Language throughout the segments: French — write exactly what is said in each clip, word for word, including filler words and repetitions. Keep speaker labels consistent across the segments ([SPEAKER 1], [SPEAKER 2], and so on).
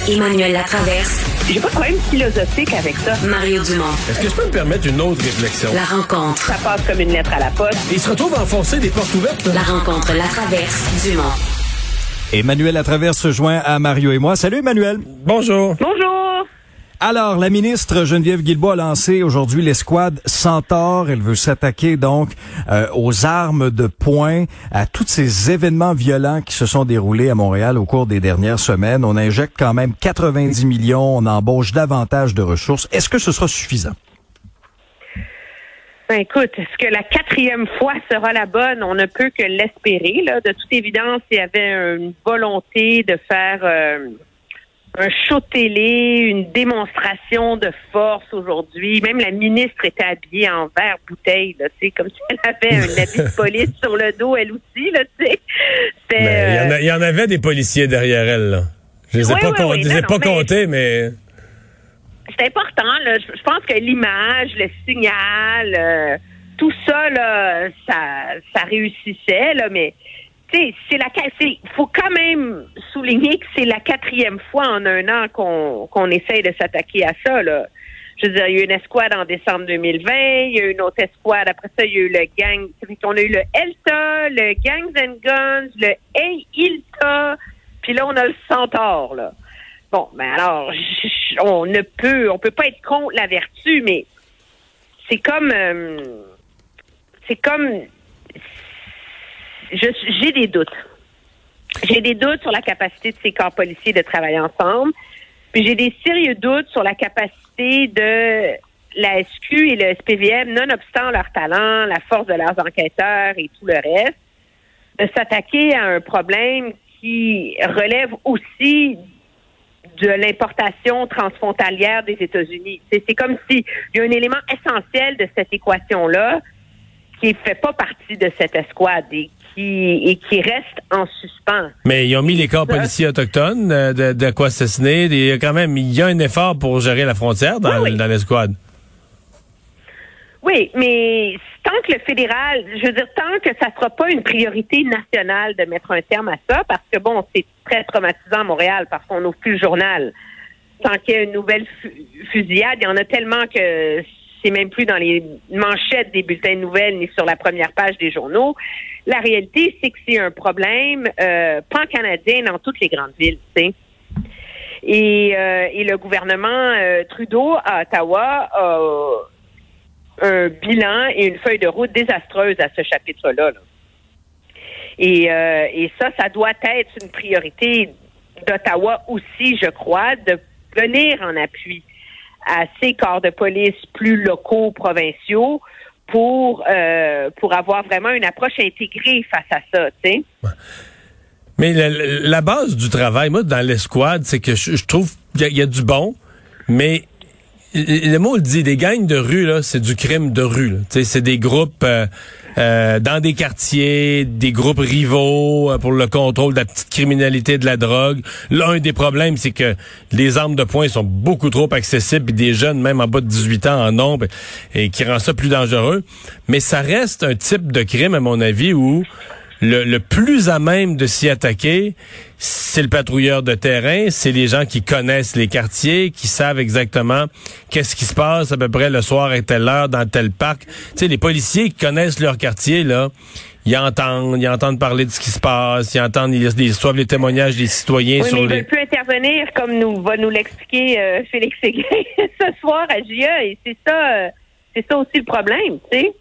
[SPEAKER 1] Emmanuel Latraverse.
[SPEAKER 2] J'ai pas de problème philosophique avec ça.
[SPEAKER 1] Mario Dumont.
[SPEAKER 3] Est-ce que je peux me permettre une autre réflexion?
[SPEAKER 1] La rencontre.
[SPEAKER 2] Ça passe comme une lettre à la poste.
[SPEAKER 3] Et il se retrouve à enfoncer des portes ouvertes. Là.
[SPEAKER 1] La rencontre Latraverse Dumont.
[SPEAKER 4] Emmanuel Latraverse se joint à Mario et moi. Salut Emmanuel.
[SPEAKER 3] Bonjour.
[SPEAKER 2] Bonjour.
[SPEAKER 4] Alors, la ministre Geneviève Guilbeault a lancé aujourd'hui l'escouade Centaure. Elle veut s'attaquer donc euh, aux armes de poing, à tous ces événements violents qui se sont déroulés à Montréal au cours des dernières semaines. On injecte quand même quatre-vingt-dix millions, on embauche davantage de ressources. Est-ce que ce sera suffisant?
[SPEAKER 2] Ben écoute, est-ce que la quatrième fois sera la bonne? On ne peut que l'espérer. Là. De toute évidence, il y avait une volonté de faire euh, un show télé, une démonstration de force aujourd'hui. Même la ministre était habillée en vert bouteille, là, tu sais, comme si elle avait un habit de police sur le dos, elle aussi, là, tu sais.
[SPEAKER 3] Il euh... y, y en avait des policiers derrière elle, là. Je les ai
[SPEAKER 2] oui,
[SPEAKER 3] pas,
[SPEAKER 2] oui,
[SPEAKER 3] con-
[SPEAKER 2] oui,
[SPEAKER 3] je les
[SPEAKER 2] non,
[SPEAKER 3] ai pas
[SPEAKER 2] non, mais...
[SPEAKER 3] comptés, mais...
[SPEAKER 2] C'est important, là. Je, je pense que l'image, le signal, euh, tout ça, là, ça, ça réussissait, là, mais tu sais, c'est la, c'est, faut quand même souligner que c'est la quatrième fois en un an qu'on, qu'on essaye de s'attaquer à ça, là. Je veux dire, il y a eu une escouade en décembre deux mille vingt, il y a eu une autre escouade, après ça, il y a eu le gang, on a eu le ELTA, le Gangs and Guns, le Hey Ilta, puis là, on a le Centaure, là. Bon, ben alors, on ne peut, on peut pas être contre la vertu, mais c'est comme, euh, c'est comme, je, j'ai des doutes. J'ai des doutes sur la capacité de ces corps policiers de travailler ensemble, puis j'ai des sérieux doutes sur la capacité de la S Q et le S P V M, nonobstant leur talent, la force de leurs enquêteurs et tout le reste, de s'attaquer à un problème qui relève aussi de l'importation transfrontalière des États-Unis. C'est, c'est comme si il y a un élément essentiel de cette équation-là qui ne fait pas partie de cette escouade et qui, et qui reste en suspens.
[SPEAKER 3] Mais ils ont mis les corps policiers autochtones euh, de, de quoi assassiner. Il y a quand même, il y a un effort pour gérer la frontière dans,
[SPEAKER 2] oui, oui.
[SPEAKER 3] dans l'escouade.
[SPEAKER 2] Oui, mais tant que le fédéral, je veux dire, tant que ça ne sera pas une priorité nationale de mettre un terme à ça, parce que bon, c'est très traumatisant à Montréal, parce qu'on n'ouvre plus le journal. Tant qu'il y a une nouvelle fu- fusillade, il y en a tellement que c'est même plus dans les manchettes des bulletins de nouvelles ni sur la première page des journaux. La réalité, c'est que c'est un problème euh, pan-canadien dans toutes les grandes villes, tu sais. Et, euh, et le gouvernement euh, Trudeau à Ottawa a un bilan et une feuille de route désastreuse à ce chapitre-là. Là. Et, euh, et ça, ça doit être une priorité d'Ottawa aussi, je crois, de venir en appui à ces corps de police plus locaux, provinciaux, pour euh, pour avoir vraiment une approche intégrée face à ça, tu sais.
[SPEAKER 3] Mais la, la base du travail, moi, dans l'escouade, c'est que je, je trouve qu'il y, y a du bon, mais le mot le dit, des gangs de rue, là, c'est du crime de rue. Là. C'est des groupes euh, euh, dans des quartiers, des groupes rivaux euh, pour le contrôle de la petite criminalité de la drogue. Là, un des problèmes, c'est que les armes de poing sont beaucoup trop accessibles, et des jeunes, même en bas de dix-huit ans, en nombre, et qui rend ça plus dangereux. Mais ça reste un type de crime, à mon avis, où Le, le plus à même de s'y attaquer, c'est le patrouilleur de terrain, c'est les gens qui connaissent les quartiers, qui savent exactement qu'est-ce qui se passe à peu près le soir à telle heure dans tel parc. Tu sais, les policiers qui connaissent leur quartier, là, ils entendent, ils entendent parler de ce qui se passe, ils entendent, ils, ils reçoivent les témoignages des citoyens
[SPEAKER 2] oui,
[SPEAKER 3] sur
[SPEAKER 2] mais
[SPEAKER 3] les...
[SPEAKER 2] ils veulent plus intervenir, comme nous va nous l'expliquer euh, Félix Séguin ce soir à J A, et c'est ça, euh, c'est ça aussi le problème, tu sais.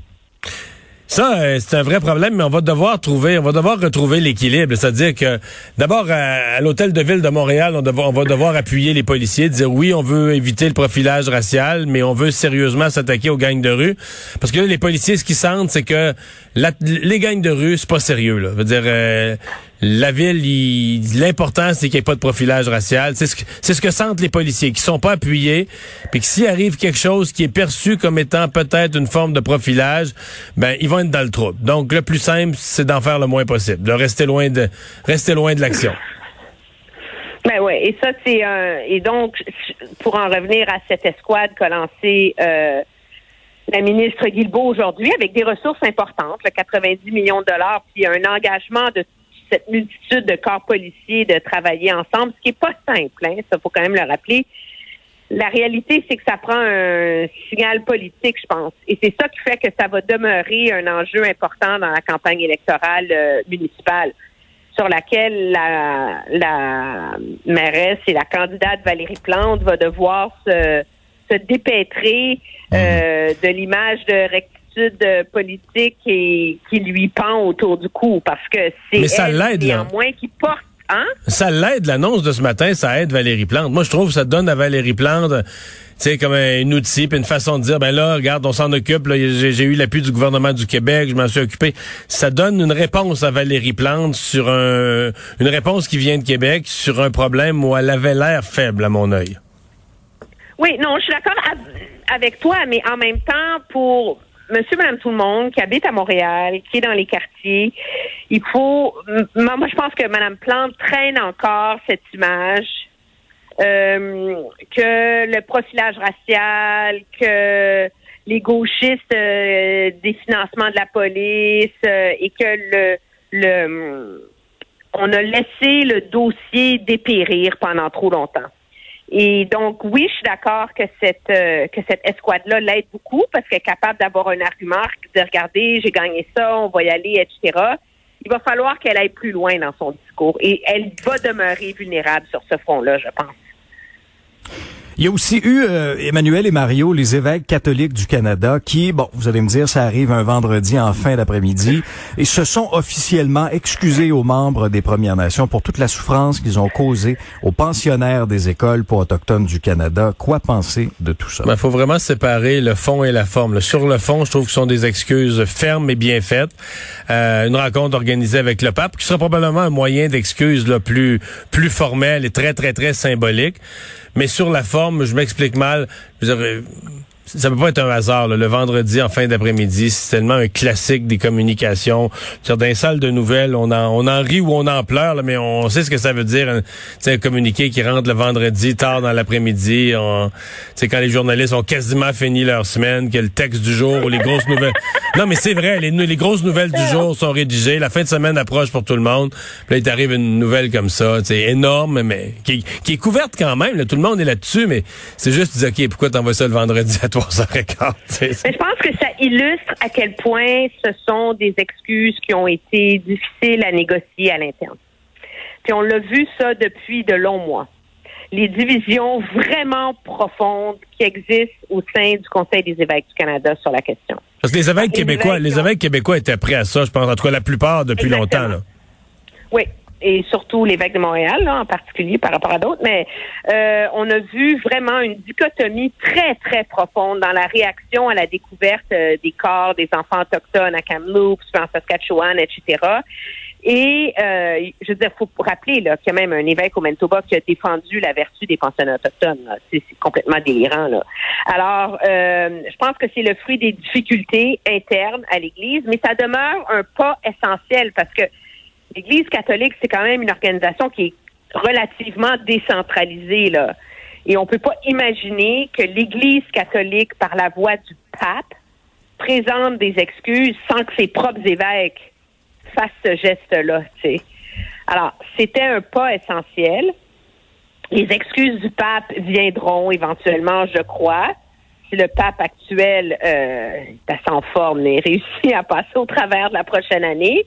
[SPEAKER 3] Ça, euh, c'est un vrai problème, mais on va devoir trouver, on va devoir retrouver l'équilibre. C'est-à-dire que, d'abord, à, à l'hôtel de ville de Montréal, on, devoir, on va devoir appuyer les policiers, dire oui, on veut éviter le profilage racial, mais on veut sérieusement s'attaquer aux gangs de rue. Parce que là, les policiers, ce qu'ils sentent, c'est que la, les gangs de rue, c'est pas sérieux, là. Je veux dire, euh, la ville, il, l'important, c'est qu'il n'y ait pas de profilage racial. C'est ce que, c'est ce que sentent les policiers, qui sont pas appuyés, puis que s'il arrive quelque chose qui est perçu comme étant peut-être une forme de profilage, ben, ils vont être dans le trouble. Donc, le plus simple, c'est d'en faire le moins possible, de rester loin de, rester loin de l'action.
[SPEAKER 2] Ben ouais, et ça, c'est un, et donc, pour en revenir à cette escouade qu'a lancée, euh, la ministre Guilbeault aujourd'hui, avec des ressources importantes, là, quatre-vingt-dix millions de dollars, puis un engagement de cette multitude de corps policiers de travailler ensemble, ce qui est pas simple, hein, ça faut quand même le rappeler. La réalité, c'est que ça prend un signal politique, je pense. Et c'est ça qui fait que ça va demeurer un enjeu important dans la campagne électorale euh, municipale, sur laquelle la, la mairesse et la candidate Valérie Plante va devoir se, se dépêtrer euh, de l'image de rectitude politique et qui lui pend autour du cou, parce que c'est
[SPEAKER 3] Mais ça
[SPEAKER 2] elle,
[SPEAKER 3] l'aide, là.
[SPEAKER 2] néanmoins, qui porte. Hein?
[SPEAKER 3] Ça l'aide, l'annonce de ce matin, ça aide Valérie Plante. Moi, je trouve que ça donne à Valérie Plante, tu sais, comme un, un outil, puis une façon de dire, ben là, regarde, on s'en occupe, là, j'ai, j'ai eu l'appui du gouvernement du Québec, je m'en suis occupé. Ça donne une réponse à Valérie Plante sur un, une réponse qui vient de Québec sur un problème où elle avait l'air faible, à mon œil.
[SPEAKER 2] Oui, non, je suis d'accord avec toi, mais en même temps, pour monsieur, madame, tout le monde qui habite à Montréal, qui est dans les quartiers, il faut... Moi, je pense que madame Plante traîne encore cette image euh, que le profilage racial, que les gauchistes euh, des financements de la police euh, et que le... le on a laissé le dossier dépérir pendant trop longtemps. Et donc, oui, je suis d'accord que cette euh, que cette escouade-là l'aide beaucoup parce qu'elle est capable d'avoir un argument, de regarder, j'ai gagné ça, on va y aller, et cetera. Il va falloir qu'elle aille plus loin dans son discours et elle va demeurer vulnérable sur ce front-là, je pense.
[SPEAKER 4] Il y a aussi eu euh, Emmanuel et Mario, les évêques catholiques du Canada, qui, bon, vous allez me dire, ça arrive un vendredi en fin d'après-midi, et se sont officiellement excusés aux membres des Premières Nations pour toute la souffrance qu'ils ont causée aux pensionnaires des écoles pour autochtones du Canada. Quoi penser de tout ça?
[SPEAKER 3] Il ben, faut vraiment séparer le fond et la forme. Là. Sur le fond, je trouve que ce sont des excuses fermes et bien faites. Euh, une rencontre organisée avec le pape, qui sera probablement un moyen d'excuse là, plus plus formel et très, très, très symbolique. Mais sur la forme, je m'explique mal. Je veux dire, ça peut pas être un hasard, là, le vendredi en fin d'après-midi. C'est tellement un classique des communications. Dans les salles de nouvelles, on en, on en rit ou on en pleure, là, mais on sait ce que ça veut dire. Un, un communiqué qui rentre le vendredi tard dans l'après-midi. C'est quand les journalistes ont quasiment fini leur semaine, que le texte du jour ou les grosses nouvelles... Non, mais c'est vrai, les, les grosses nouvelles du jour sont rédigées. La fin de semaine approche pour tout le monde. Puis là, il t'arrive une nouvelle comme ça, c'est énorme, mais qui, qui est couverte quand même. Là, tout le monde est là-dessus, mais c'est juste, tu dis, OK, pourquoi t'envoies ça le vendredi à trois heures quinze?
[SPEAKER 2] Mais je pense que ça illustre à quel point ce sont des excuses qui ont été difficiles à négocier à l'interne. Puis on l'a vu ça depuis de longs mois. Les divisions vraiment profondes qui existent au sein du Conseil des évêques du Canada sur la question.
[SPEAKER 3] Parce que les évêques les québécois, évêques, les évêques québécois étaient prêts à ça, je pense, en tout cas la plupart depuis Exactement. longtemps. Là.
[SPEAKER 2] Oui, et surtout l'évêque de Montréal, là, en particulier par rapport à d'autres, mais euh, on a vu vraiment une dichotomie très, très profonde dans la réaction à la découverte euh, des corps des enfants autochtones à Kamloops, en Saskatchewan, et cetera. Et, euh, je veux dire, faut rappeler là, qu'il y a même un évêque au Manitoba qui a défendu la vertu des pensionnats autochtones. C'est, c'est complètement délirant. Là. Alors, euh, je pense que c'est le fruit des difficultés internes à l'Église, mais ça demeure un pas essentiel parce que l'Église catholique, c'est quand même une organisation qui est relativement décentralisée. Là. Et on peut pas imaginer que l'Église catholique, par la voix du pape, présente des excuses sans que ses propres évêques fasse ce geste-là, tu sais. Alors, c'était un pas essentiel. Les excuses du pape viendront éventuellement, je crois, si le pape actuel euh, est assez en forme et réussit à passer au travers de la prochaine année.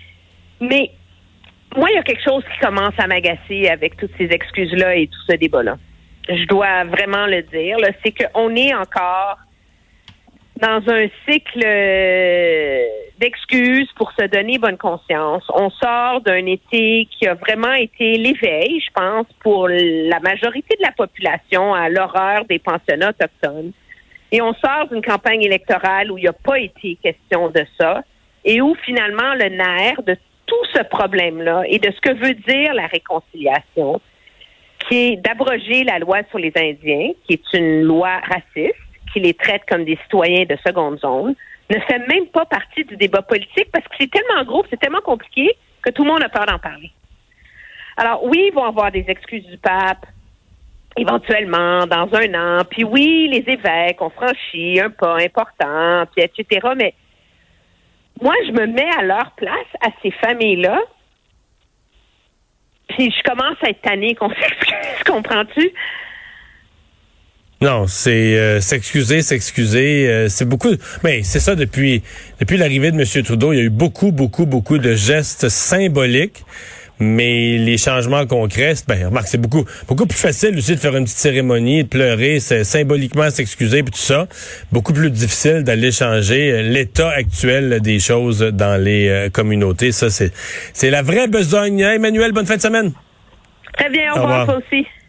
[SPEAKER 2] Mais moi, il y a quelque chose qui commence à m'agacer avec toutes ces excuses-là et tout ce débat-là. Je dois vraiment le dire, là, c'est qu'on est encore dans un cycle d'excuses pour se donner bonne conscience. On sort d'un été qui a vraiment été l'éveil, je pense, pour la majorité de la population à l'horreur des pensionnats autochtones. Et on sort d'une campagne électorale où il n'y a pas été question de ça et où finalement le nerf de tout ce problème-là et de ce que veut dire la réconciliation, qui est d'abroger la loi sur les Indiens, qui est une loi raciste, qui les traite comme des citoyens de seconde zone, ne fait même pas partie du débat politique parce que c'est tellement gros, c'est tellement compliqué que tout le monde a peur d'en parler. Alors oui, ils vont avoir des excuses du pape, éventuellement, dans un an. Puis oui, les évêques ont franchi un pas important, puis et cetera. Mais moi, je me mets à leur place, à ces familles-là, Puis je commence à être tannée qu'on s'excuse, comprends-tu?
[SPEAKER 3] Non, c'est euh, s'excuser, s'excuser. Euh, c'est beaucoup. Mais c'est ça depuis depuis l'arrivée de M. Trudeau, il y a eu beaucoup, beaucoup, beaucoup de gestes symboliques. Mais les changements concrets, ben remarque, c'est beaucoup beaucoup plus facile aussi de faire une petite cérémonie, de pleurer, c'est symboliquement s'excuser puis tout ça. Beaucoup plus difficile d'aller changer l'état actuel des choses dans les euh, communautés. Ça, c'est c'est la vraie besogne. Hein, Emmanuel, bonne fin de semaine.
[SPEAKER 2] Très bien, au,
[SPEAKER 3] au
[SPEAKER 2] revoir,
[SPEAKER 3] revoir.
[SPEAKER 2] toi aussi.